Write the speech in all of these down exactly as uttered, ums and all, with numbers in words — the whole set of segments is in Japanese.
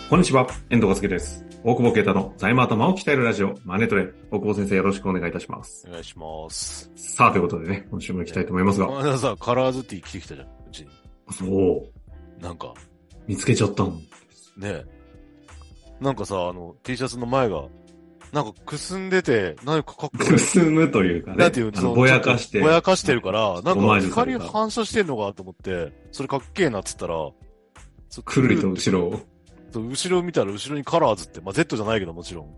こんにちは、遠藤和樹です。大久保啓太の財務頭を鍛えるラジオ、マネトレ。大久保先生よろしくお願いいたします。 お願いします。 さあ、ということでね、今週も行きたいと思いますが。 この間さ、カラーズティー着てきたじゃん、うちに。 そう。 なんか。 見つけちゃったの。ねえ。なんかさ、あの、T シャツの前が、なんかくすんでて、何かかっこいい。 くすむというかね。 なんていうの、 ぼやかして。 ぼやかしてるから、なんか光反射してんのかと思って、それかっけえなっつったら、 くるりと後ろを。 後ろ見たら後ろにカラーズって、まあ、Z じゃないけどもちろん。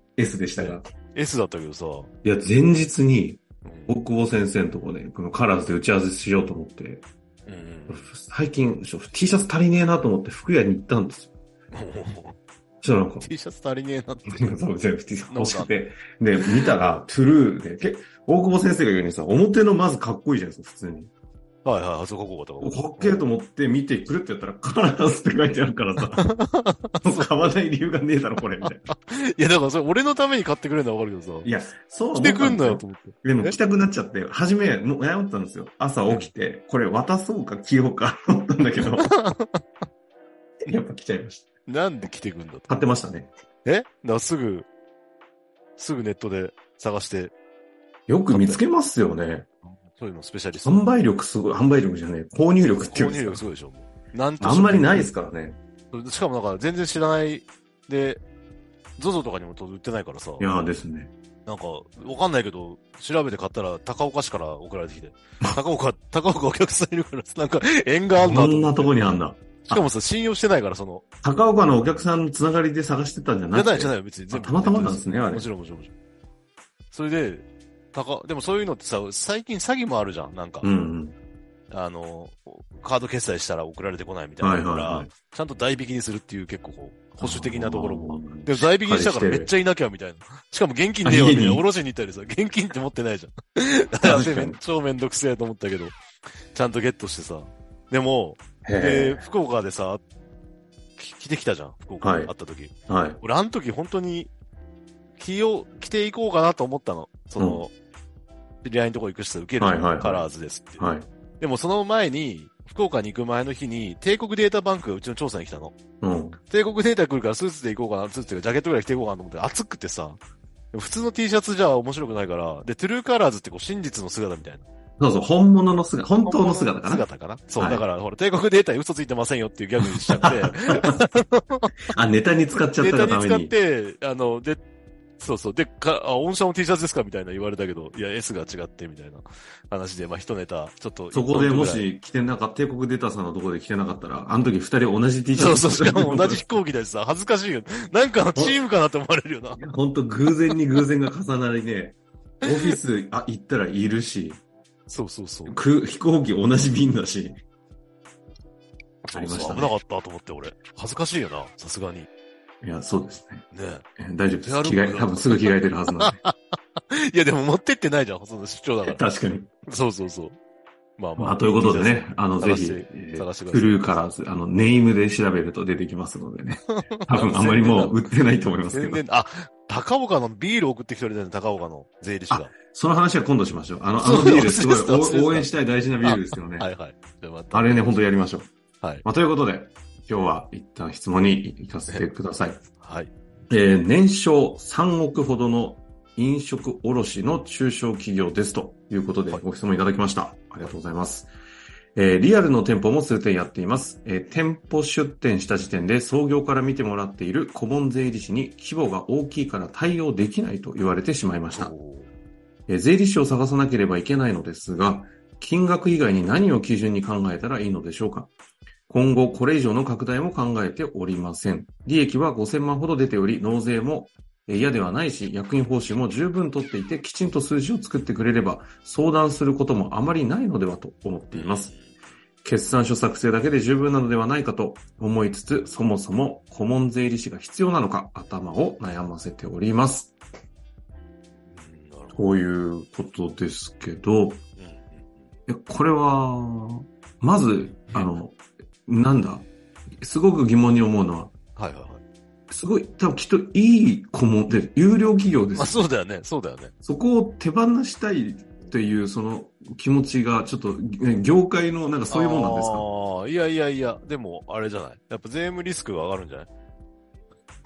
S でしたが。 S だったけどさ。 いや、前日に、大久保先生のとこで、このカラーズで打ち合わせしようと思って、うんうん、最近、T シャツ足りねえなと思って服屋に行ったんですよ。そしたらなんか。 T シャツ足りねえなって。 そう、全部 T シャツ欲しくて。で、見たら、トゥルーで、大久保先生が言うようにさ、表のまずかっこいいじゃないですか、普通に。 はいはい、あそこかっこよかった。 かっけえと思って見てくるってやったらカラーズって書いてあるからさ。買わない理由がねえだろ、これ、みたいな。 いや、だからそれ俺のために買ってくれるのはわかるけどさ。 いや、そう着てくんなよと思って。 でも着たくなっちゃって、初め、もう迷ったんですよ。朝起きて、これ渡そうか着ようか思ったんだけど。やっぱ着ちゃいました。 なんで着てくんだと。 買ってましたね。 えだからすぐ、すぐネットで探して。 よく見つけますよね。 そういうのスペシャリスト。 販売力すごい、販売力じゃねえ。購入力っていうんですか。 購入力すごいでしょ。なんあんまりないですからね。 しかもなんか全然知らないで、ゾゾ とかにも売ってないからさ。 いやですね。 なんか、わかんないけど、調べて買ったら高岡市から送られてきて。高岡、高岡お客さんいるから、なんか縁があんなと。 こんなとこにあんだ。 しかもさ、信用してないから、その。 高岡のお客さんのつながりで探してたんじゃない？ じゃない、じゃない、別に全部。 たまたまなんですね、あれ。 もちろん、もちろん、もちろん。それで、高、でもそういうのってさ、最近詐欺もあるじゃん、なんか。 うんうん。 あの、カード決済したら送られてこないみたいな。はいはいはい。ちゃんと代引きにするっていう結構こう、保守的なところも。でも代引きにしたからめっちゃいなきゃみたいな。しかも現金でよみたいな。おろしに行ったりさ、現金って持ってないじゃん。超めんどくせえと思ったけど、ちゃんとゲットしてさ。でも、で、福岡でさ、着てきたじゃん、福岡で会った時。はい。俺あの時本当に、着よう、着ていこうかなと思ったの。その、知り合いのとこ行くしさ、受けるカラーズですって。はい。でもその前に、福岡に行く前の日に、帝国データバンクがうちの調査に来たの。うん。帝国データ来るからスーツで行こうかな、スーツっていうかジャケットぐらい着ていこうかなと思って、暑くてさ、普通の T シャツじゃ面白くないから、で、トゥルーカラーズってこう真実の姿みたいな。 そうそう、本物の姿、本当の姿かな。 姿かな。そう、はい、だから、ほら、帝国データに嘘ついてませんよっていうギャグにしちゃって。 あ、ネタに使っちゃったがために。 ネタに使って、あの、で、そうそう。で、か、あ、御社の T シャツですかみたいな言われたけど、いや、S が違ってみたいな話で、まあ、一ネタ、ちょっと。 そこでもし着てなかった、帝国データさんのところで着てなかったら、あの時二人同じ T シャツ。 そうそう、しかも同じ飛行機だしさ、恥ずかしいよ。なんかのチームかなって思われるよな。 ほんと偶然に偶然が重なりね、オフィス、あ、行ったらいるし。 そうそうそう。 く、飛行機同じ便だし。 ありましたね。危なかったと思って、俺。恥ずかしいよな、さすがに。 いや、そうですね。 ねえ。大丈夫です。着替え、多分すぐ着替えてるはずなんで。いや、でも持ってってないじゃん、その出張だから。 確かに。 そうそうそう。まあまあ。 まあ、ということでね、あの、ぜひ、 探してください。 クルーカラーズ、あの、ネームで調べると出てきますのでね。多分あんまりもう売ってないと思いますけど。 全然、あ、高岡のビール送ってきてくれたね、高岡の税理士が。 その話は今度しましょう。あの、あのビールすごい応援したい大事なビールですけどね。 はいはい。 あれね、本当やりましょう。 はい。 まあ、ということで、今日は一旦質問に行かせてください。 はい。 えー、年商さんおくほどの飲食卸の中小企業ですということでご質問いただきました。はい、ありがとうございます。えー、リアルの店舗も数店やっています。えー、店舗出店した時点で創業から見てもらっている顧問税理士に規模が大きいから対応できないと言われてしまいました。えー、税理士を探さなければいけないのですが、金額以外に何を基準に考えたらいいのでしょうか。今後これ以上の拡大も考えておりません。利益はごせんまんほど出ており、納税も嫌ではないし、役員報酬も十分取っていて、きちんと数字を作ってくれれば、相談することもあまりないのではと思っています。決算書作成だけで十分なのではないかと思いつつ、そもそも顧問税理士が必要なのか、頭を悩ませております。ということですけど、これは、まず、あの、なんだ、すごく疑問に思うのは、 はいはいはい。 すごい、多分きっといい顧問で、有料企業です。 あ、そうだよね、そうだよね。 そこを手放したいっていう、その気持ちが、ちょっと、業界のなんかそういうもんなんですか？ ああ、いやいやいや、でも、あれじゃない。やっぱ税務リスクが上がるんじゃない？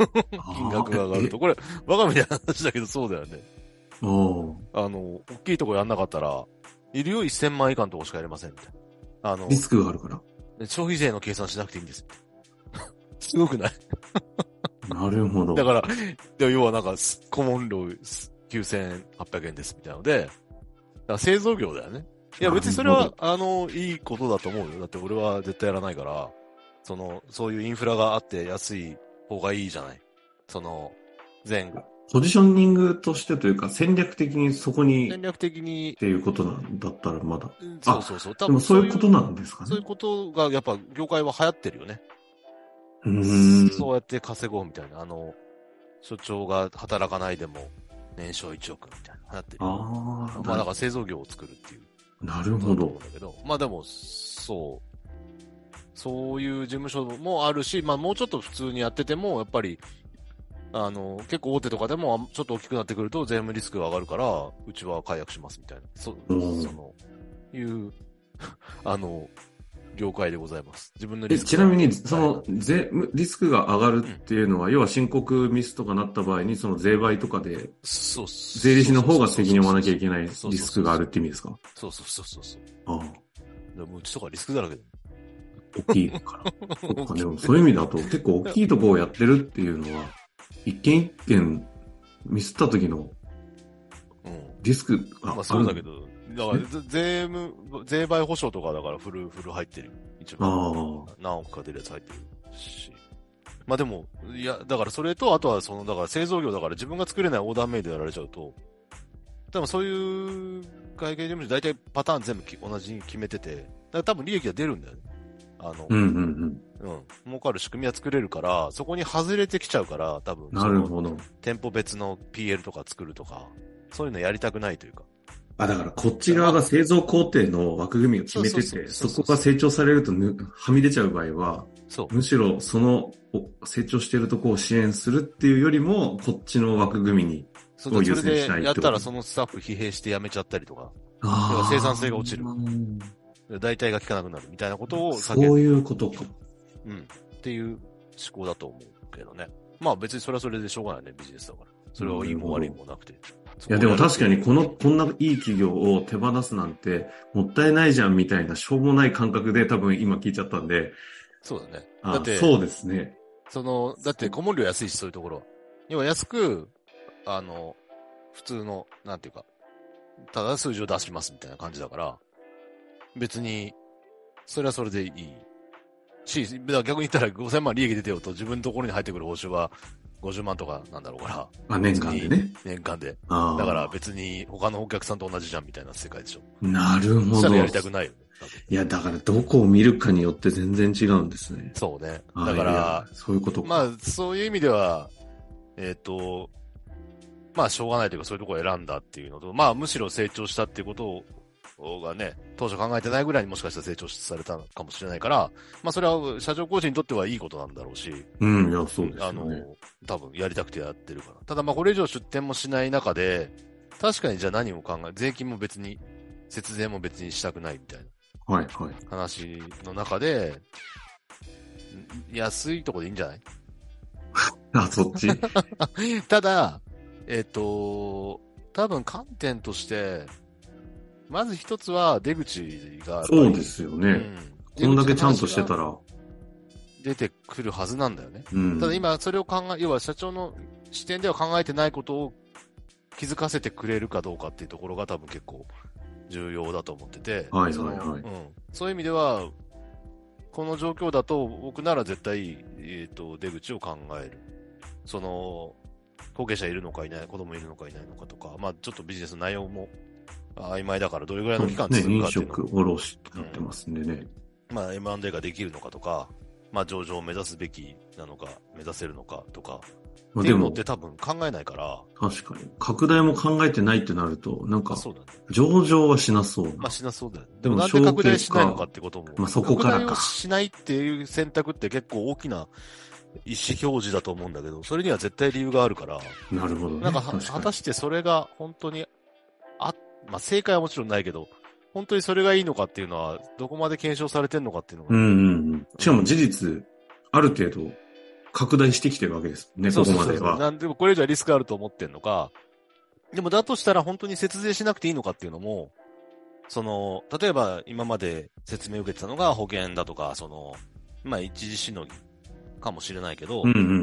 金額が上がると。これ、バカみたいな話だけどそうだよね。 おあの、大きいとこやんなかったら、いるよせんまん以下のとこしかやれませんみたいな。あの、 リスクがあるから。 消費税の計算しなくていいんです。すごくない？ なるほど。 だから、要はなんか、コモンローきゅうせんはっぴゃくえんですみたいなので、だから製造業だよね。いや別にそれは、あの、いいことだと思うよ。だって俺は絶対やらないから、その、そういうインフラがあって安い方がいいじゃない。その、前後。 ポジショニングとしてというか、戦略的にそこに、 戦略的に、 っていうことなんだったらまだ。 そうそうそう。 多分でもそういうことなんですかね。 そういうことがやっぱ業界は流行ってるよね。 うーん。 そうやって稼ごうみたいな。あの、所長が働かないでも年商いちおくみたいな流行ってる。ああ。まあだから製造業を作るっていう。 なるほど。 だけど、まあでも、そう。そういう事務所もあるし、まあもうちょっと普通にやってても、やっぱり、あの、結構大手とかでもちょっと大きくなってくると税務リスクが上がるから、うちは解約しますみたいな。そ、その、いう、あの、業界でございます。自分のリスク。 ちなみに、その、税、リスクが上がるっていうのは、うん、要は申告ミスとかなった場合に、その税倍とかで、 そう税理士の方が責任を負わなきゃいけないリスクがあるって意味ですか？ そうそうそうそうそう。 ああ。 でもうちとかリスクだらけだ。 大きいから。そっか、でもそういう意味だと結構大きいところをやってるっていうのは、一件一件ミスった時のリスクがある。 まあそうだけど、だから税務、税倍保証とかだからフル、フル入ってるよ。一番。何億か出るやつ入ってるし。まあでも、いや、だからそれと、あとはその、だから製造業だから自分が作れないオーダーメイドやられちゃうと、多分そういう会計事務所大体パターン全部同じに決めてて、だから多分利益が出るんだよね。あの、 うんうんうん。 うん。儲かる仕組みは作れるから、そこに外れてきちゃうから、多分。 なるほど。 店舗別の ピーエル とか作るとか、そういうのやりたくないというか。 あ、だからこっち側が製造工程の枠組みを決めてて、そこが成長されるとぬはみ出ちゃう場合は、 そうむしろその成長しているところを支援するっていうよりも、こっちの枠組みにを優先しないってこと。それでやったらそのスタッフ疲弊して辞めちゃったりとか、生産性が落ちる。代替が効かなくなるみたいなことを避ける。 そういうことか。 うん。っていう思考だと思うけどね。まあ別にそれはそれでしょうがないね、ビジネスだから。それはいいも悪いもなくて。 いやでも確かにこの、こんないい企業を手放すなんてもったいないじゃんみたいなしょうもない感覚で多分今聞いちゃったんで。 そうだね。 だって、そうですね。 その、だって顧問料安いしそういうところは。要は安く、あの、普通の、なんていうか、ただ数字を出しますみたいな感じだから、別に、それはそれでいい。し、だから逆に言ったらごせんまん利益出てよと自分のところに入ってくる報酬はごじゅうまんとかなんだろうから。 あ、年間でね。 年間で。だから別に他のお客さんと同じじゃんみたいな世界でしょ。 なるほど。 したらやりたくないよね。 いや、だからどこを見るかによって全然違うんですね。 そうね。だから、 そういうことか。 まあ、そういう意味では、えっと、まあ、しょうがないというかそういうところを選んだっていうのと、まあ、むしろ成長したっていうことを、がね、当初考えてないぐらいにもしかしたら成長されたかもしれないから、まあそれは社長コーチにとってはいいことなんだろうし。 うん、いや、そうですよね。 あの、多分やりたくてやってるから。ただまあこれ以上出店もしない中で、確かにじゃあ何を考え、税金も別に、節税も別にしたくないみたいな。はいはい。 話の中で、安いとこでいいんじゃない？ あ、そっちただ、えっと、多分観点として、まず一つは出口が。 そうですよね。うん、こんだけちゃんとしてたら。 出てくるはずなんだよね。 うん、 ただ今それを考え、要は社長の視点では考えてないことを気づかせてくれるかどうかっていうところが多分結構重要だと思ってて。 はいはいはい。 うん、そういう意味では、この状況だと僕なら絶対、えっと、出口を考える。その、後継者いるのかいない、子供いるのかいないのかとか、まあちょっとビジネスの内容も曖昧だからどれぐらいの期間続くかっていうの、 ね、飲食卸ってなってますんでね。 うん、まあ エムアンドエー ができるのかとか、まあ上場を目指すべきなのか、目指せるのかとか、まあ、っていうのって多分考えないから。 確かに。拡大も考えてないってなると、なんか、 そうだね、 上場はしなそうな。 まあしなそうだよね。でもなんで拡大しないのかってことも。 まあそこからか。 拡大をしないっていう選択って結構大きな意思表示だと思うんだけど、それには絶対理由があるから。 なるほどね。 なんか、果たしてそれが本当に、あ、まあ正解はもちろんないけど、本当にそれがいいのかっていうのは、どこまで検証されてるのかっていうのが。 うんうんうん。しかも事実、ある程度、 拡大してきてるわけですね、ここまでは。そうそうそう。 なんでもこれ以上はリスクあると思ってんのか、でもだとしたら本当に節税しなくていいのかっていうのも、その、例えば今まで説明を受けてたのが保険だとか、その、まあ一時しのぎかもしれないけど、 うんうんうん、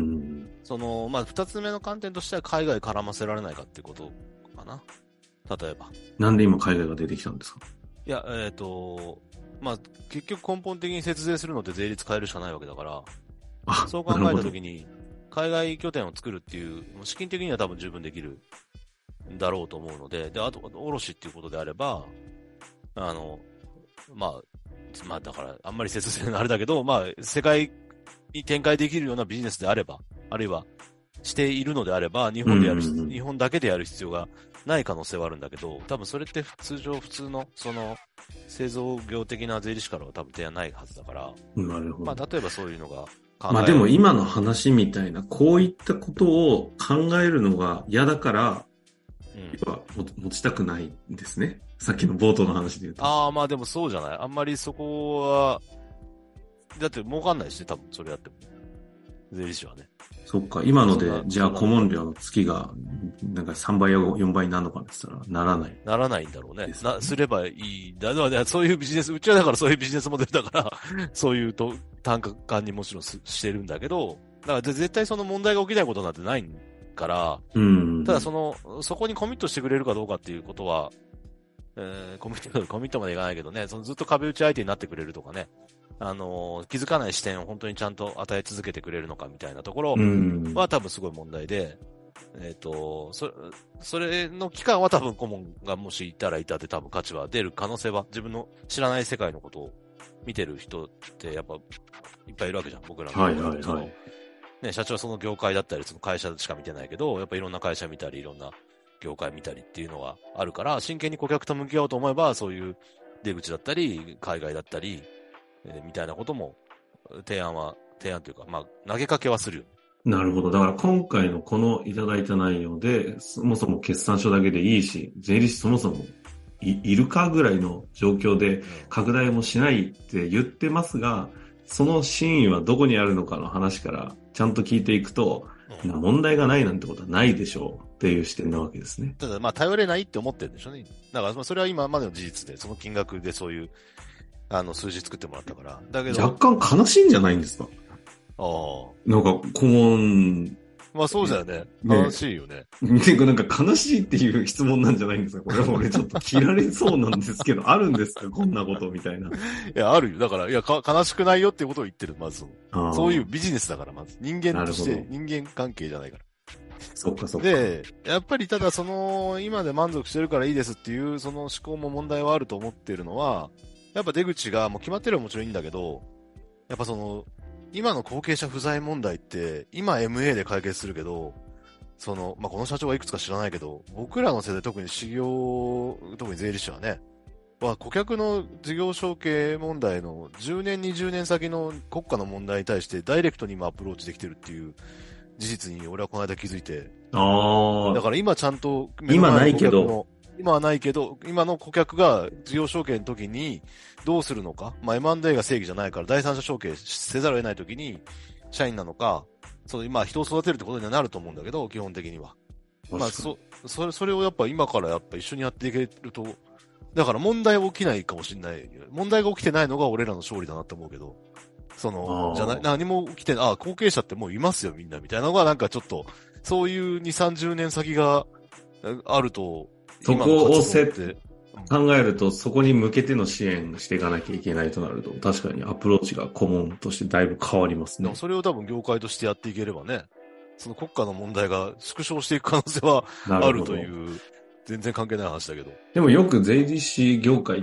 その、まあ二つ目の観点としては海外絡ませられないかっていうことかな。例えば。 なんで今海外が出てきたんですか？ いや、えっと、まあ結局根本的に節税するのって税率変えるしかないわけだから、そう考えたときに、海外拠点を作るっていう、資金的には多分十分できるんだろうと思うので、で、あと、卸っていうことであれば、あの、まあ、まあだから、あんまり節税のあれだけど、まあ、世界に展開できるようなビジネスであれば、あるいは、しているのであれば、日本でやる、うんうん、日本だけでやる必要がない可能性はあるんだけど、多分それって通常普通の、その、製造業的な税理士からは多分提案ないはずだから、 なるほど。 まあ、例えばそういうのが、 まあでも今の話みたいな、こういったことを考えるのが嫌だから、うん、持ちたくないんですね。さっきの冒頭の話で言うと。 ああ、まあでもそうじゃない。あんまりそこは、だって儲かんないしね、多分それやっても。税理士はね。 そっか、今ので、じゃあ顧問料の月が、なんかさんばいやよんばいになるのかって言ったら、ならない。 ならないんだろうね。ねな、すればいい。だから、そういうビジネス、うちはだからそういうビジネスモデルだから、そういうと単価感にもちろんしてるんだけど、だから絶対その問題が起きないことなんてないから、 うん、 ただその、そこにコミットしてくれるかどうかっていうことは、えー、コミット、コミットまでいかないけどね、そのずっと壁打ち相手になってくれるとかね。あのー、気づかない視点を本当にちゃんと与え続けてくれるのかみたいなところは多分すごい問題で、えっと、そ、それの期間は多分顧問がもしいたらいたで多分価値は出る可能性は、自分の知らない世界のことを見てる人ってやっぱいっぱいいるわけじゃん、僕らの。 はいはいはい。 ね、社長はその業界だったり、その会社しか見てないけど、やっぱいろんな会社見たり、いろんな業界見たりっていうのがあるから、真剣に顧客と向き合おうと思えば、そういう出口だったり、海外だったり、えー、みたいなことも提案は、提案というか、まあ、投げかけはするよ。 なるほど。だから今回のこのいただいた内容で、そもそも決算書だけでいいし、税理士そもそも い, いるかぐらいの状況で拡大もしないって言ってますが、その真意はどこにあるのかの話からちゃんと聞いていくと、うん、問題がないなんてことはないでしょうっていう視点なわけですね。 ただまあ頼れないって思ってるんでしょうね。だからそれは今までの事実で、その金額でそういうあの数字作ってもらったから。だけど若干悲しいんじゃないんですか？ ああ。 なんか顧問。 まあそうだよね。悲しいよね。 ていうかなんか悲しいっていう質問なんじゃないんですか？これは俺ちょっと切られそうなんですけど、あるんですかこんなことみたいな。いや、あるよ。だから、いやか、悲しくないよっていうことを言ってる、まず。そういうビジネスだから、まず。人間として、人間関係じゃないから。 そっかそっか。 で、やっぱりただその、今で満足してるからいいですっていう、その思考も問題はあると思ってるのは、やっぱ出口がもう決まってるのはもちろんいいんだけど、やっぱその、今の後継者不在問題って、今 エムエー で解決するけど、その、まあ、この社長はいくつか知らないけど、僕らの世代特に修行、特に税理士はね、は顧客の事業承継問題のじゅうねん、にじゅうねん先の国家の問題に対してダイレクトに今アプローチできてるっていう事実に俺はこの間気づいて。 ああ。 だから今ちゃんと、 今ないけど。 今はないけど、今の顧客が事業承継の時にどうするのか。まあ エムアンドエー が正義じゃないから第三者承継せざるを得ない時に社員なのか、そう、今人を育てるってことにはなると思うんだけど、基本的には。まあそ、それ、それをやっぱ今からやっぱ一緒にやっていけると、だから問題起きないかもしれない。問題が起きてないのが俺らの勝利だなって思うけど。その、じゃない、何も起きてない、ああ、後継者ってもういますよみんなみたいなのがなんかちょっと、そういうに、さんじゅうねん先があると、 そこをせって考えると、そこに向けての支援していかなきゃいけないとなると、確かにアプローチが顧問としてだいぶ変わりますね。 それを多分業界としてやっていければね、その国家の問題が縮小していく可能性はあるという、全然関係ない話だけど。 でもよく税理士業界って、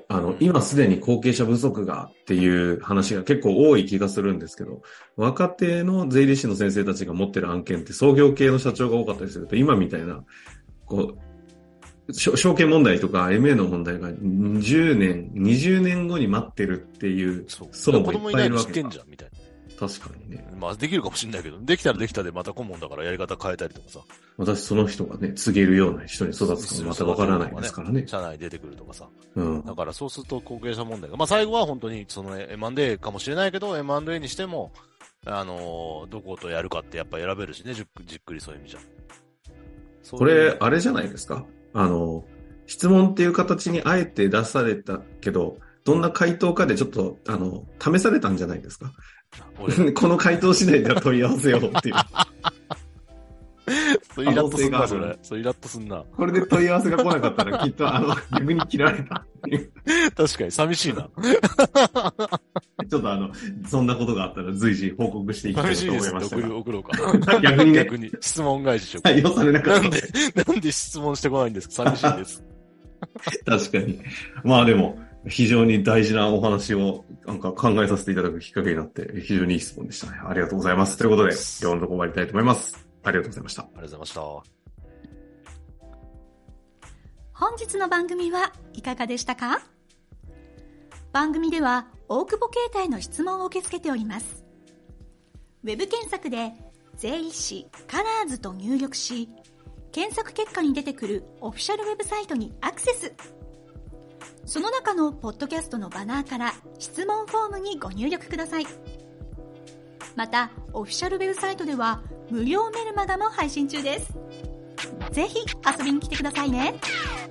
あの、今すでに後継者不足がっていう話が結構多い気がするんですけど、若手の税理士の先生たちが持ってる案件って創業系の社長が多かったりすると、今みたいな、こう、証券問題とか エムエー の問題がじゅうねん、にじゅうねんごに待ってるっていう層もいっぱいいるわけ。 子供いないの知ってんじゃんみたいな。 確かにね。 まあできるかもしれないけど、できたらできたでまた顧問だからやり方変えたりとかさ。 私その人がね、告げるような人に育つかもまたわからないですからね。 社内出てくるとかさ。 うん。 だからそうすると後継者問題が、まあ最後は本当にその エムアンドエー かもしれないけど、エムアンドエー にしても、 あのー、どことやるかってやっぱ選べるしね、じっくじっくりそういう意味じゃ。 これ、あれじゃないですか。あの、質問っていう形にあえて出されたけど、どんな回答かでちょっと、あの、試されたんじゃないですか。この回答次第では問い合わせようっていう。 そうイラッとすんな、それ。そうイラッとすんな。 これで問い合わせが来なかったら、きっと、あの、逆に切られたっていう。 確かに、寂しいな。 ちょっとあの、そんなことがあったら随時報告していきたいと思いましたが。 寂しいです。送ろうか。 逆にね。 逆に、質問返ししよう。 採用されなかった。 なんで、なんで質問してこないんですか？寂しいです。 確かに。まあでも、非常に大事なお話をなんか考えさせていただくきっかけになって、非常にいい質問でしたね。ありがとうございます。ということで、今日のところ終わりたいと思います。ありがとうございました。ありがとうございました。 本日の番組はいかがでしたか？番組では大久保携帯の質問を受け付けております。ウェブ検索で税理士カラーズと入力し、検索結果に出てくるオフィシャルウェブサイトにアクセス。その中のポッドキャストのバナーから質問フォームにご入力ください。またオフィシャルウェブサイトでは無料メルマガも配信中です。ぜひ遊びに来てくださいね。